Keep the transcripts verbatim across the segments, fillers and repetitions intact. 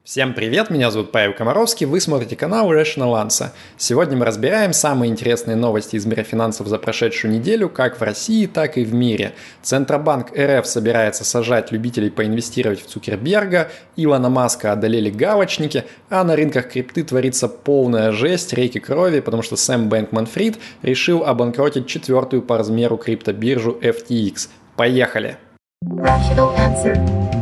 Всем привет, меня зовут Павел Комаровский, вы смотрите канал Rational Answer. Сегодня мы разбираем самые интересные новости из мира финансов за прошедшую неделю, как в России, так и в мире. Центробанк эр эф собирается сажать любителей поинвестировать в Цукерберга, Илона Маска одолели галочники, а на рынках крипты творится полная жесть, реки крови, потому что Сэм Бэнкман-Фрид решил обанкротить четвертую по размеру криптобиржу эф ти экс. Поехали! Rational Answer.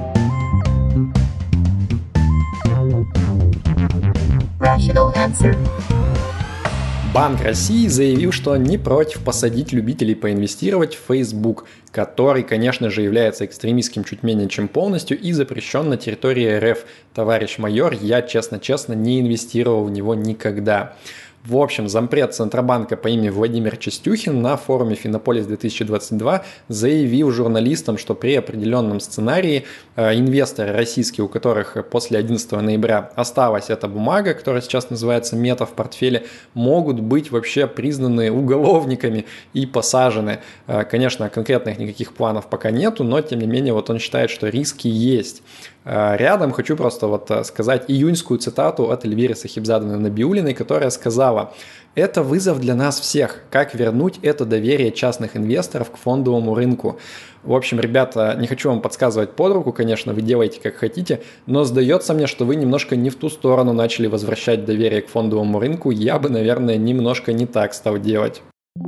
Банк России заявил, что не против посадить любителей поинвестировать в Facebook, который, конечно же, является экстремистским чуть менее чем полностью и запрещен на территории эр эф. Товарищ майор, я, честно-честно, не инвестировал в него никогда. В общем, зампред Центробанка по имени Владимир Чистюхин на форуме Финополис две тысячи двадцать два заявил журналистам, что при определенном сценарии э, инвесторы российские, у которых после одиннадцатого ноября осталась эта бумага, которая сейчас называется мета в портфеле, могут быть вообще признаны уголовниками и посажены. Э, конечно, конкретных никаких планов пока нету, но тем не менее вот он считает, что риски есть. Рядом хочу просто вот сказать июньскую цитату от Эльвиры Сахибзадовны-Набиуллиной, которая сказала: «Это вызов для нас всех, как вернуть это доверие частных инвесторов к фондовому рынку». В общем, ребята, не хочу вам подсказывать под руку, конечно, вы делаете как хотите, но сдается мне, что вы немножко не в ту сторону начали возвращать доверие к фондовому рынку. Я бы, наверное, немножко не так стал делать.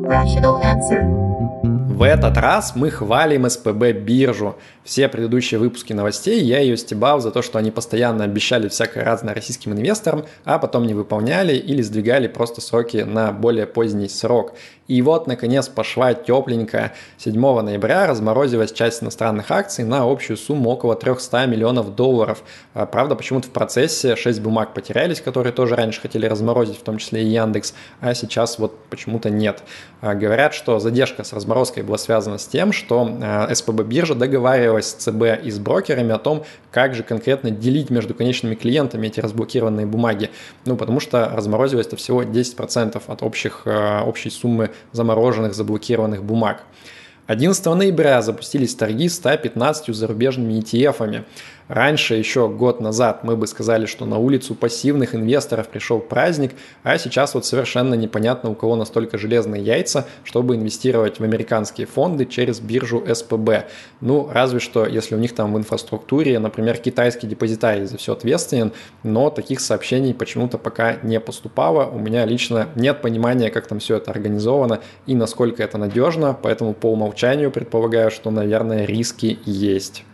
В этот раз мы хвалим эс пэ бэ биржу. Все предыдущие выпуски новостей я ее стебал за то, что они постоянно обещали всякое разное российским инвесторам, а потом не выполняли или сдвигали просто сроки на более поздний срок. И вот, наконец, пошла тепленькая. седьмого ноября разморозилась часть иностранных акций на общую сумму около триста миллионов долларов. Правда, почему-то в процессе шесть бумаг потерялись, которые тоже раньше хотели разморозить, в том числе и Яндекс, а сейчас вот почему-то нет. Говорят, что задержка с разморозкой была связана с тем, что эс пэ бэ биржа договаривалась с цэ бэ и с брокерами о том, как же конкретно делить между конечными клиентами эти разблокированные бумаги. Ну, потому что разморозилось это всего десять процентов от общих, общей суммы замороженных, заблокированных бумаг. одиннадцатого ноября запустились торги ста пятнадцатью зарубежными и ти эфами. Раньше, еще год назад, мы бы сказали, что на улицу пассивных инвесторов пришел праздник, а сейчас вот совершенно непонятно, у кого настолько железные яйца, чтобы инвестировать в американские фонды через биржу эс пэ бэ. Ну, разве что, если у них там в инфраструктуре, например, китайский депозитарий за все ответственен, но таких сообщений почему-то пока не поступало. У меня лично нет понимания, как там все это организовано и насколько это надежно, поэтому по умолчанию предполагаю, что, наверное, риски есть.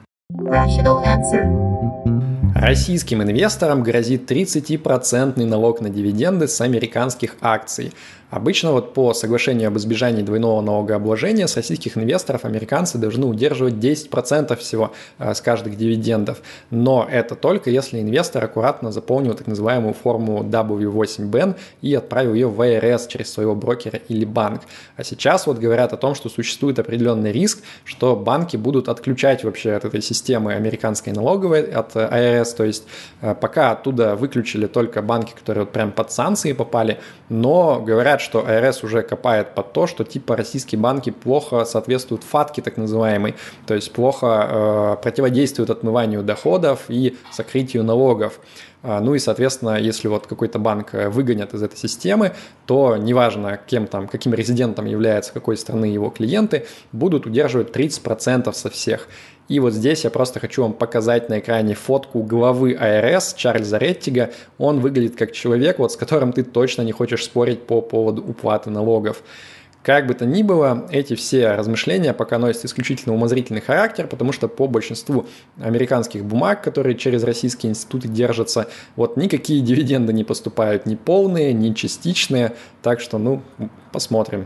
Российским инвесторам грозит тридцатипроцентный налог на дивиденды с американских акций. Обычно вот по соглашению об избежании двойного налогообложения с российских инвесторов американцы должны удерживать десять процентов всего с каждых дивидендов. Но это только если инвестор аккуратно заполнил так называемую форму дабл ю восемь би эн и отправил ее в ай ар эс через своего брокера или банк. А сейчас вот говорят о том, что существует определенный риск, что банки будут отключать вообще от этой системы американской налоговой, от ай ар эс. То есть пока оттуда выключили только банки, которые вот прям под санкции попали, но говорят, что ай ар эс уже копает под то, что типа российские банки плохо соответствуют фатке так называемой, то есть плохо э, противодействуют отмыванию доходов и сокрытию налогов. Ну и, соответственно, если вот какой-то банк выгонят из этой системы, то неважно, кем там, каким резидентом является какой страны его клиенты, будут удерживать тридцать процентов со всех. И вот здесь я просто хочу вам показать на экране фотку главы ай ар эс Чарльза Реттига. Он выглядит как человек, вот, с которым ты точно не хочешь спорить по поводу уплаты налогов. Как бы то ни было, эти все размышления пока носят исключительно умозрительный характер, потому что по большинству американских бумаг, которые через российские институты держатся, вот никакие дивиденды не поступают, ни полные, ни частичные, так что, ну, посмотрим.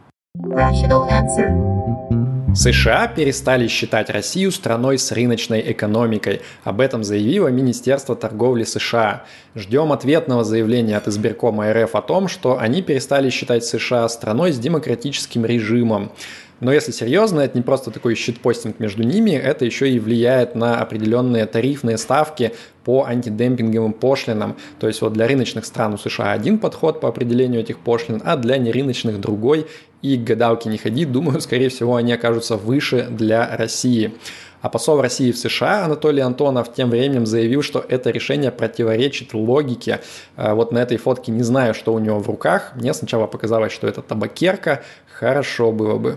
США перестали считать Россию страной с рыночной экономикой. Об этом заявило Министерство торговли США. Ждем ответного заявления от избиркома эр эф о том, что они перестали считать США страной с демократическим режимом. Но если серьезно, это не просто такой щитпостинг между ними, это еще и влияет на определенные тарифные ставки по антидемпинговым пошлинам. То есть вот для рыночных стран у США один подход по определению этих пошлин, а для нерыночных другой. И к гадалке не ходи, думаю, скорее всего, они окажутся выше для России. А посол России в США Анатолий Антонов тем временем заявил, что это решение противоречит логике. Вот на этой фотке не знаю, что у него в руках. Мне сначала показалось, что это табакерка. Хорошо было бы.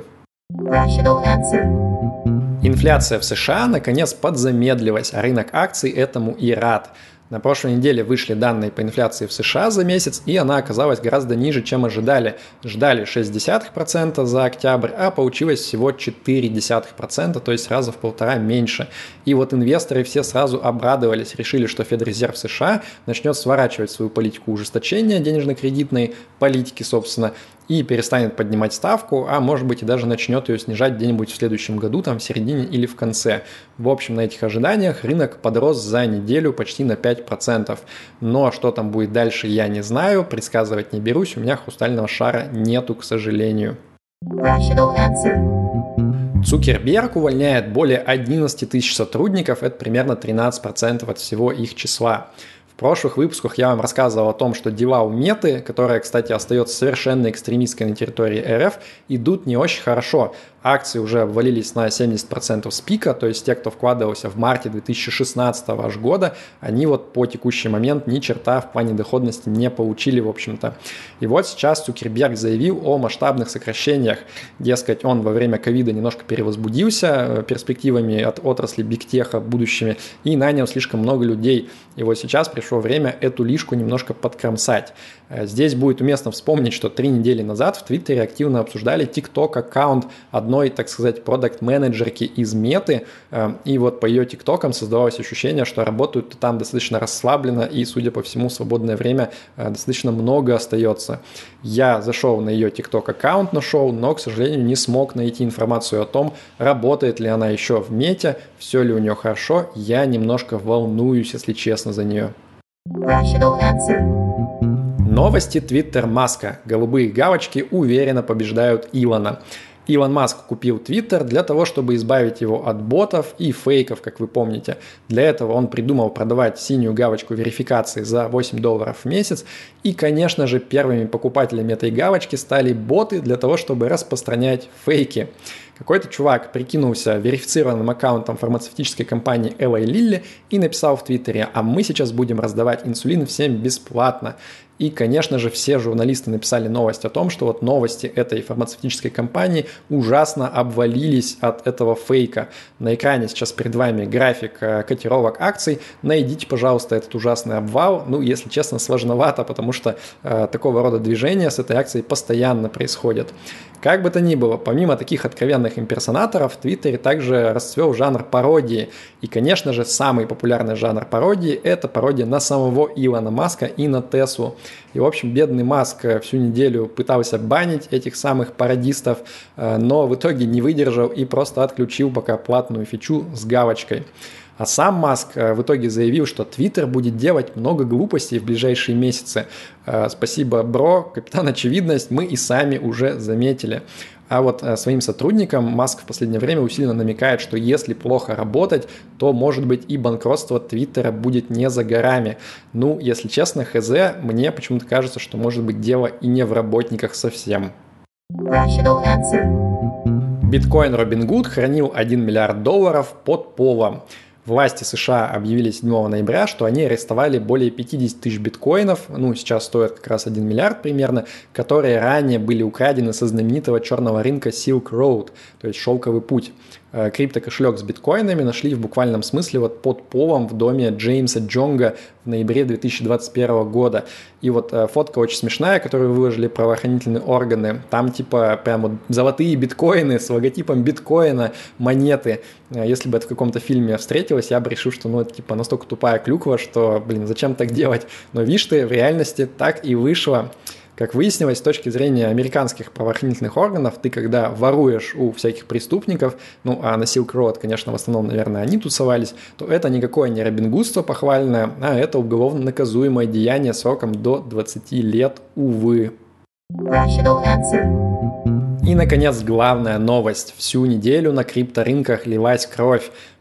Инфляция в США наконец подзамедлилась, а рынок акций этому и рад. На прошлой неделе вышли данные по инфляции в США за месяц, и она оказалась гораздо ниже, чем ожидали. Ждали шесть десятых процента за октябрь, а получилось всего четыре десятых процента, то есть раза в полтора меньше. И вот инвесторы все сразу обрадовались, решили, что Федрезерв США начнет сворачивать свою политику ужесточения денежно-кредитной политики, собственно, и перестанет поднимать ставку, а может быть и даже начнет ее снижать где-нибудь в следующем году, там в середине или в конце. В общем, на этих ожиданиях рынок подрос за неделю почти на пять процентов. Но что там будет дальше, я не знаю, предсказывать не берусь, у меня хрустального шара нету, к сожалению. Цукерберг увольняет более одиннадцать тысяч сотрудников, это примерно тринадцать процентов от всего их числа. В прошлых выпусках я вам рассказывал о том, что дела у Меты, которая, кстати, остается совершенно экстремистской на территории эр эф, идут не очень хорошо. Акции уже обвалились на семьдесят процентов с пика, то есть те, кто вкладывался в марте две тысячи шестнадцатого аж года, они вот по текущий момент ни черта в плане доходности не получили, в общем-то. И вот сейчас Цукерберг заявил о масштабных сокращениях. Дескать, он во время ковида немножко перевозбудился перспективами от отрасли бигтеха будущими и нанял слишком много людей. И вот сейчас пришло время эту лишку немножко подкромсать. Здесь будет уместно вспомнить, что три недели назад в Твиттере активно обсуждали TikTok-аккаунт одной, так сказать, продакт-менеджерки из Меты, и вот по ее тиктокам создавалось ощущение, что работают там достаточно расслабленно и, судя по всему, свободное время достаточно много остается. Я зашел на ее тикток-аккаунт, нашел, но, к сожалению, не смог найти информацию о том, работает ли она еще в Мете, все ли у нее хорошо. Я немножко волнуюсь, если честно, за нее. Новости Твиттер Маска. Голубые галочки уверенно побеждают Илона. Илон Маск купил Твиттер для того, чтобы избавить его от ботов и фейков, как вы помните. Для этого он придумал продавать синюю галочку верификации за восемь долларов в месяц. И, конечно же, первыми покупателями этой галочки стали боты для того, чтобы распространять фейки. Какой-то чувак прикинулся верифицированным аккаунтом фармацевтической компании Eli Lilly и написал в Твиттере: «А мы сейчас будем раздавать инсулин всем бесплатно». И, конечно же, все журналисты написали новость о том, что вот новости этой фармацевтической компании ужасно обвалились от этого фейка. На экране сейчас перед вами график котировок акций. Найдите, пожалуйста, этот ужасный обвал. Ну, если честно, сложновато, потому что э, такого рода движения с этой акцией постоянно происходят. Как бы то ни было, помимо таких откровенных имперсонаторов, в Твиттере также расцвел жанр пародии. И, конечно же, самый популярный жанр пародии – это пародия на самого Илона Маска и на Теслу. И, в общем, бедный Маск всю неделю пытался банить этих самых пародистов, но в итоге не выдержал и просто отключил пока платную фичу с галочкой. А сам Маск в итоге заявил, что Твиттер будет делать много глупостей в ближайшие месяцы. Спасибо, бро, капитан Очевидность, мы и сами уже заметили. А вот своим сотрудникам Маск в последнее время усиленно намекает, что если плохо работать, то, может быть, и банкротство Твиттера будет не за горами. Ну, если честно, хз, мне почему-то кажется, что может быть дело и не в работниках совсем. Биткоин Robinhood хранил один миллиард долларов под полом. Власти США объявили седьмого ноября, что они арестовали более пятьдесят тысяч биткоинов, ну сейчас стоят как раз один миллиард примерно, которые ранее были украдены со знаменитого черного рынка Silk Road, то есть шелковый путь. Криптокошелек с биткоинами нашли в буквальном смысле вот под полом в доме Джеймса Джонга в ноябре две тысячи двадцать первого года. И вот фотка очень смешная, которую выложили правоохранительные органы. Там типа прям вот золотые биткоины с логотипом биткоина, монеты. Если бы это в каком-то фильме встретилось, я бы решил, что ну это типа настолько тупая клюква, что, блин, зачем так делать? Но видишь ты, в реальности так и вышло. Как выяснилось, с точки зрения американских правоохранительных органов, ты когда воруешь у всяких преступников, ну а на Silk Road, конечно, в основном, наверное, они тусовались, то это никакое не робингудство похвальное, а это уголовно наказуемое деяние сроком до двадцати лет, увы. И, наконец, главная новость. Всю неделю на крипторынках лилась кровь.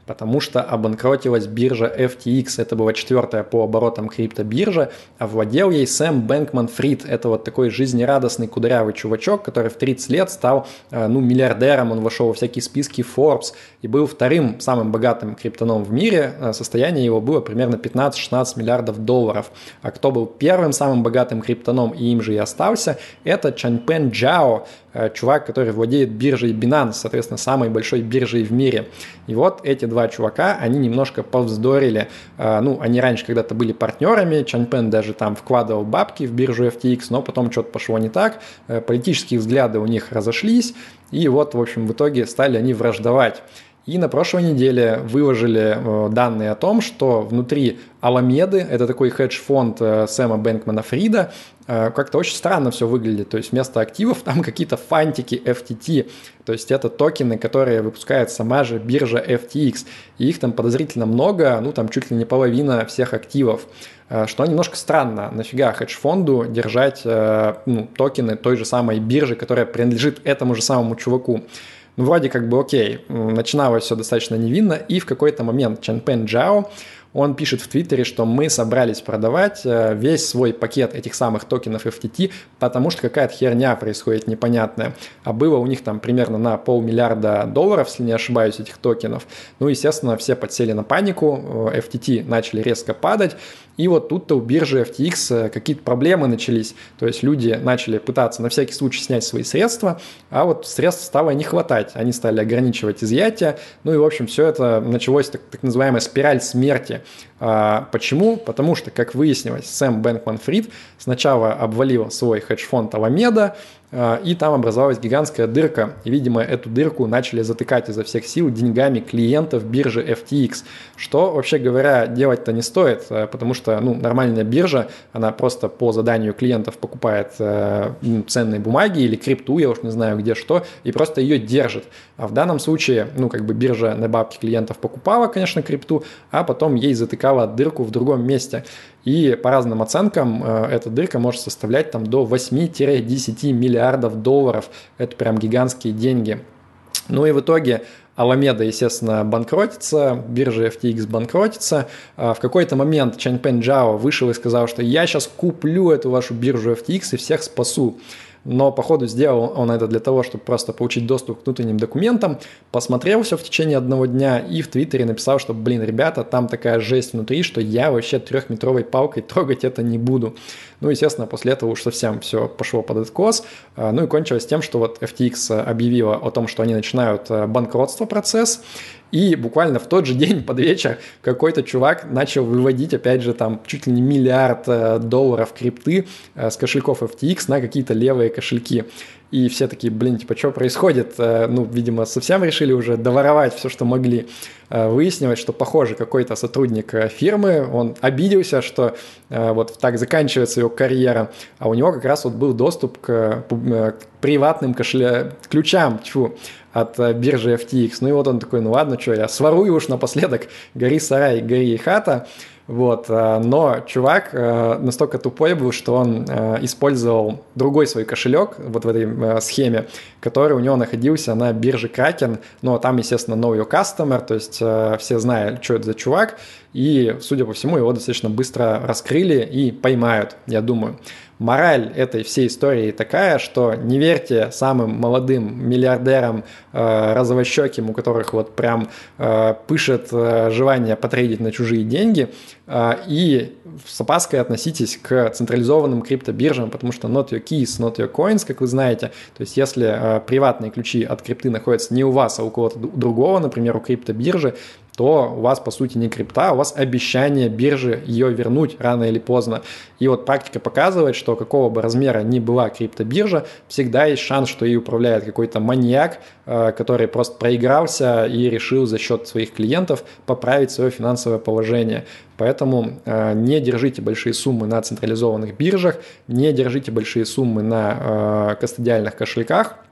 потому что обанкротилась биржа эф ти экс, это была четвертая по оборотам криптобиржа, а владел ей Сэм Бэнкман-Фрид, это вот такой жизнерадостный кудрявый чувачок, который в тридцать лет стал ну, миллиардером, он вошел во всякие списки Forbes и был вторым самым богатым криптоном в мире, состояние его было примерно пятнадцать-шестнадцать миллиардов долларов, а кто был первым самым богатым криптоном и им же и остался, это Чаньпэн Джао, чувак, который владеет биржей Binance, соответственно, самой большой биржей в мире. И вот эти два чувака, они немножко повздорили. Ну, они раньше когда-то были партнерами, Чаньпэн даже там вкладывал бабки в биржу эф ти экс, но потом что-то пошло не так, политические взгляды у них разошлись, и вот, в общем, в итоге стали они враждовать. И на прошлой неделе выложили данные о том, что внутри Аламеды, это такой хедж-фонд Сэма Бэнкмана-Фрида, как-то очень странно все выглядит. То есть вместо активов там какие-то фантики эф ти ти, то есть это токены, которые выпускает сама же биржа эф ти экс. И их там подозрительно много, ну там чуть ли не половина всех активов. Что немножко странно, нафига хедж-фонду держать ну, токены той же самой биржи, которая принадлежит этому же самому чуваку. Ну, вроде как бы окей, начиналось все достаточно невинно, и в какой-то момент Чаньпэн Джао, он пишет в Твиттере, что мы собрались продавать весь свой пакет этих самых токенов эф ти ти, потому что какая-то херня происходит непонятная. А было у них там примерно на полмиллиарда долларов, если не ошибаюсь, этих токенов. Ну, естественно, все подсели на панику, эф ти ти начали резко падать, и вот тут-то у биржи эф ти экс какие-то проблемы начались. То есть люди начали пытаться на всякий случай снять свои средства, а вот средств стало не хватать. Они стали ограничивать изъятия. Ну и, в общем, все это началось так, так называемая спираль смерти. А, почему? Потому что, как выяснилось, Сэм Бэнкман-Фрид сначала обвалил свой хедж-фонд Аламеда, и там образовалась гигантская дырка. И, видимо, эту дырку начали затыкать изо всех сил деньгами клиентов биржи эф ти экс. Что, вообще говоря, делать-то не стоит, потому что ну, нормальная биржа, она просто по заданию клиентов покупает ну, ценные бумаги или крипту, я уж не знаю где что, и просто ее держит. А в данном случае, ну, как бы биржа на бабки клиентов покупала, конечно, крипту, а потом ей затыкала дырку в другом месте. И по разным оценкам эта дырка может составлять там до восемь-десять миллиардов долларов. Это прям гигантские деньги. Ну и в итоге Аламеда, естественно, банкротится, биржа эф ти экс банкротится. В какой-то момент Чаньпэн Джао вышел и сказал, что я сейчас куплю эту вашу биржу эф ти экс и всех спасу. Но, походу, сделал он это для того, чтобы просто получить доступ к внутренним документам, посмотрел все в течение одного дня и в Твиттере написал, что, блин, ребята, там такая жесть внутри, что я вообще трехметровой палкой трогать это не буду. Ну, естественно, после этого уж совсем все пошло под откос. Ну и кончилось тем, что вот эф ти экс объявила о том, что они начинают банкротство процесс, и буквально в тот же день под вечер какой-то чувак начал выводить, опять же, там чуть ли не миллиард долларов крипты с кошельков эф ти экс на какие-то левые кошельки. И все такие, блин, типа, что происходит? Ну, видимо, совсем решили уже доворовать все, что могли. Выяснилось, что, похоже, какой-то сотрудник фирмы, он обиделся, что вот так заканчивается его карьера, а у него как раз вот был доступ к, к приватным кошеле... ключам, тьфу, от биржи эф ти экс. Ну и вот он такой, ну ладно, что, я сворую уж напоследок, гори сарай, гори хата. Вот, но чувак настолько тупой был, что он использовал другой свой кошелек вот в этой схеме, который у него находился на бирже Kraken, но там, естественно, know your customer, то есть все знают, что это за чувак, и, судя по всему, его достаточно быстро раскрыли и поймают, я думаю. Мораль этой всей истории такая, что не верьте самым молодым миллиардерам, э, розовощеким, у которых вот прям э, пышет э, желание потрейдить на чужие деньги, э, и с опаской относитесь к централизованным криптобиржам, потому что not your keys, not your coins, как вы знаете. То есть если э, приватные ключи от крипты находятся не у вас, а у кого-то другого, например, у криптобиржи, то у вас, по сути, не крипта, а у вас обещание биржи ее вернуть рано или поздно. И вот практика показывает, что какого бы размера ни была криптобиржа, всегда есть шанс, что ей управляет какой-то маньяк, который просто проигрался и решил за счет своих клиентов поправить свое финансовое положение. Поэтому не держите большие суммы на централизованных биржах, не держите большие суммы на кастодиальных кошельках.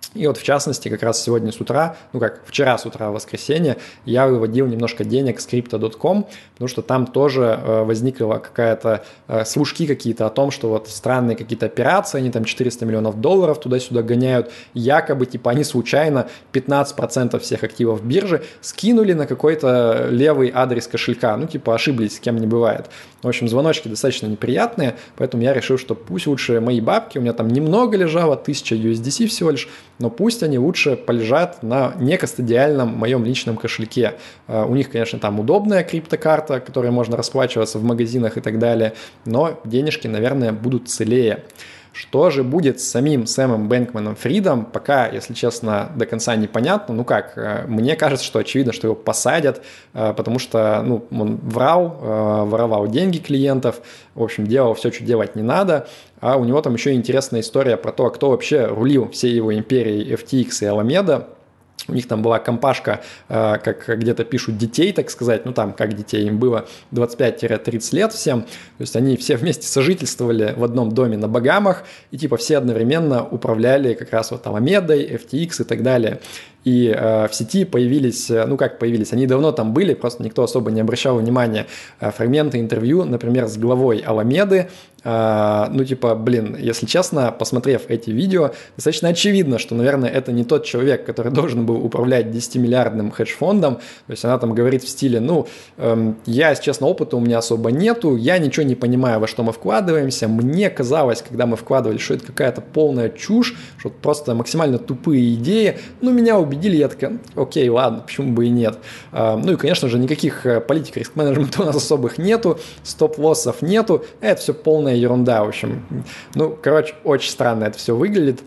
И вот в частности, как раз сегодня с утра, ну как вчера с утра, в воскресенье, я выводил немножко денег с крипто точка ком, потому что там тоже э, возникла какая-то, э, слушки какие-то о том, что вот странные какие-то операции, они там четыреста миллионов долларов туда-сюда гоняют, якобы типа они случайно пятнадцать процентов всех активов биржи скинули на какой-то левый адрес кошелька, ну типа ошиблись, с кем не бывает. В общем, звоночки достаточно неприятные, поэтому я решил, что пусть лучше мои бабки, у меня там немного лежало, тысяча ю эс ди си всего лишь, но пусть они лучше полежат на некастодиальном моем личном кошельке. У них, конечно, там удобная криптокарта, которой можно расплачиваться в магазинах и так далее, но денежки, наверное, будут целее. Что же будет с самим Сэмом Бэнкманом-Фридом, пока, если честно, до конца непонятно. Ну как, мне кажется, что очевидно, что его посадят, потому что ну, он врал, воровал деньги клиентов, в общем, делал все, что делать не надо. А у него там еще интересная история про то, кто вообще рулил всей его империей эф ти экс и Alameda. У них там была компашка, как где-то пишут, детей, так сказать, ну там как детей, им было двадцать пять - тридцать лет всем, то есть они все вместе сожительствовали в одном доме на Багамах и типа все одновременно управляли как раз вот Alameda, эф ти экс и так далее. И э, в сети появились, ну как появились, они давно там были, просто никто особо не обращал внимания, э, фрагменты интервью, например, с главой Alameda. Э, ну типа, блин, если честно, посмотрев эти видео, достаточно очевидно, что, наверное, это не тот человек, который должен был управлять десятимиллиардным хедж-фондом. То есть она там говорит в стиле, ну, э, я, если честно, опыта у меня особо нету, я ничего не понимаю, во что мы вкладываемся. Мне казалось, когда мы вкладывали, что это какая-то полная чушь, что просто максимально тупые идеи. Ну, меня убедили, я такая, окей, ладно, почему бы и нет. Ну и, конечно же, никаких политик риск-менеджмента у нас особых нету, стоп-лоссов нету, это все полная ерунда, в общем. Ну, короче, очень странно это все выглядит.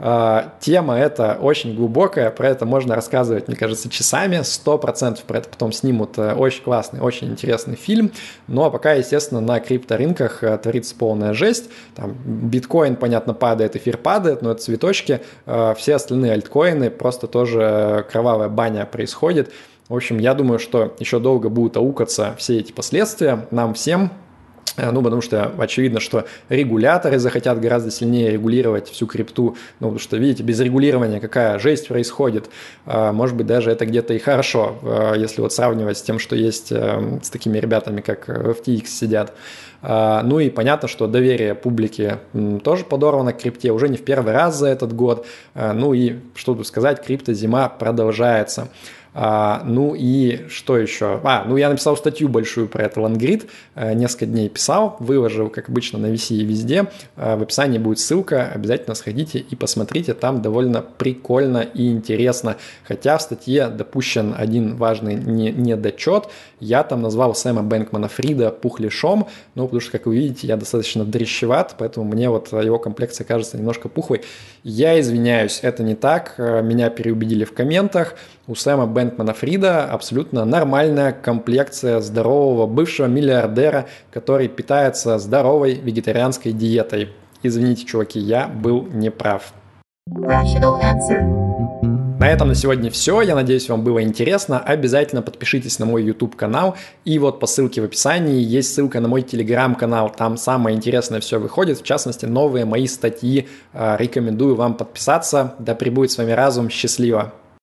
Тема эта очень глубокая, про это можно рассказывать, мне кажется, часами, сто процентов про это потом снимут очень классный, очень интересный фильм, но пока, естественно, на крипторынках творится полная жесть, там биткоин, понятно, падает, эфир падает, но это цветочки, все остальные альткоины, просто тоже кровавая баня происходит. В общем, я думаю, что еще долго будут аукаться все эти последствия нам всем. Ну, потому что очевидно, что регуляторы захотят гораздо сильнее регулировать всю крипту, ну, потому что, видите, без регулирования какая жесть происходит, может быть, даже это где-то и хорошо, если вот сравнивать с тем, что есть с такими ребятами, как в эф ти экс сидят. Ну и понятно, что доверие публики тоже подорвано к крипте уже не в первый раз за этот год, ну и, что тут сказать, криптозима продолжается. А, ну и что еще? А, ну я написал статью большую про это Лонгрид, несколько дней писал, выложил, как обычно, на ви си и везде. В описании будет ссылка, обязательно сходите и посмотрите, там довольно прикольно и интересно. Хотя в статье допущен один важный недочет. Я там назвал Сэма Бэнкмана-Фрида пухляшом, ну потому что, как вы видите, я достаточно дрищеват, поэтому мне вот его комплекция кажется немножко пухлой. Я извиняюсь, это не так, меня переубедили в комментах. У Сэма Бэнкмана-Фрида абсолютно нормальная комплекция здорового бывшего миллиардера, который питается здоровой вегетарианской диетой. Извините, чуваки, я был неправ. На этом на сегодня все. Я надеюсь, вам было интересно. Обязательно подпишитесь на мой YouTube-канал. И вот по ссылке в описании есть ссылка на мой Telegram-канал. Там самое интересное все выходит. В частности, новые мои статьи. Рекомендую вам подписаться. Да пребудет с вами разум. Счастливо!